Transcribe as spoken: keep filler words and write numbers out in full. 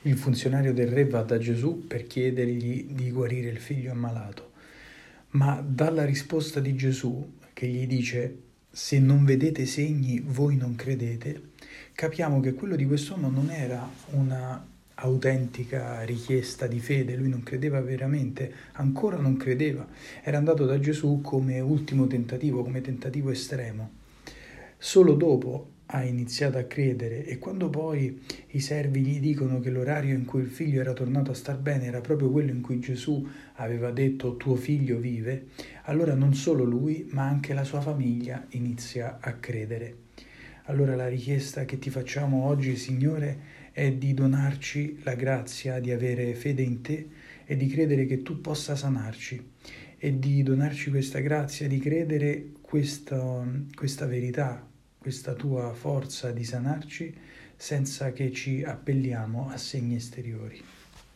Il funzionario del re va da Gesù per chiedergli di guarire il figlio ammalato, ma dalla risposta di Gesù, che gli dice se non vedete segni voi non credete, capiamo che quello di quest'uomo non era una autentica richiesta di fede, lui non credeva veramente, ancora non credeva, era andato da Gesù come ultimo tentativo, come tentativo estremo. Solo dopo ha iniziato a credere, e quando poi i servi gli dicono che l'orario in cui il figlio era tornato a star bene era proprio quello in cui Gesù aveva detto tuo figlio vive, allora non solo lui ma anche la sua famiglia inizia a credere. Allora la richiesta che ti facciamo oggi, Signore, è di donarci la grazia di avere fede in te e di credere che tu possa sanarci, e di donarci questa grazia di credere questa, questa verità, questa tua forza di sanarci senza che ci appelliamo a segni esteriori.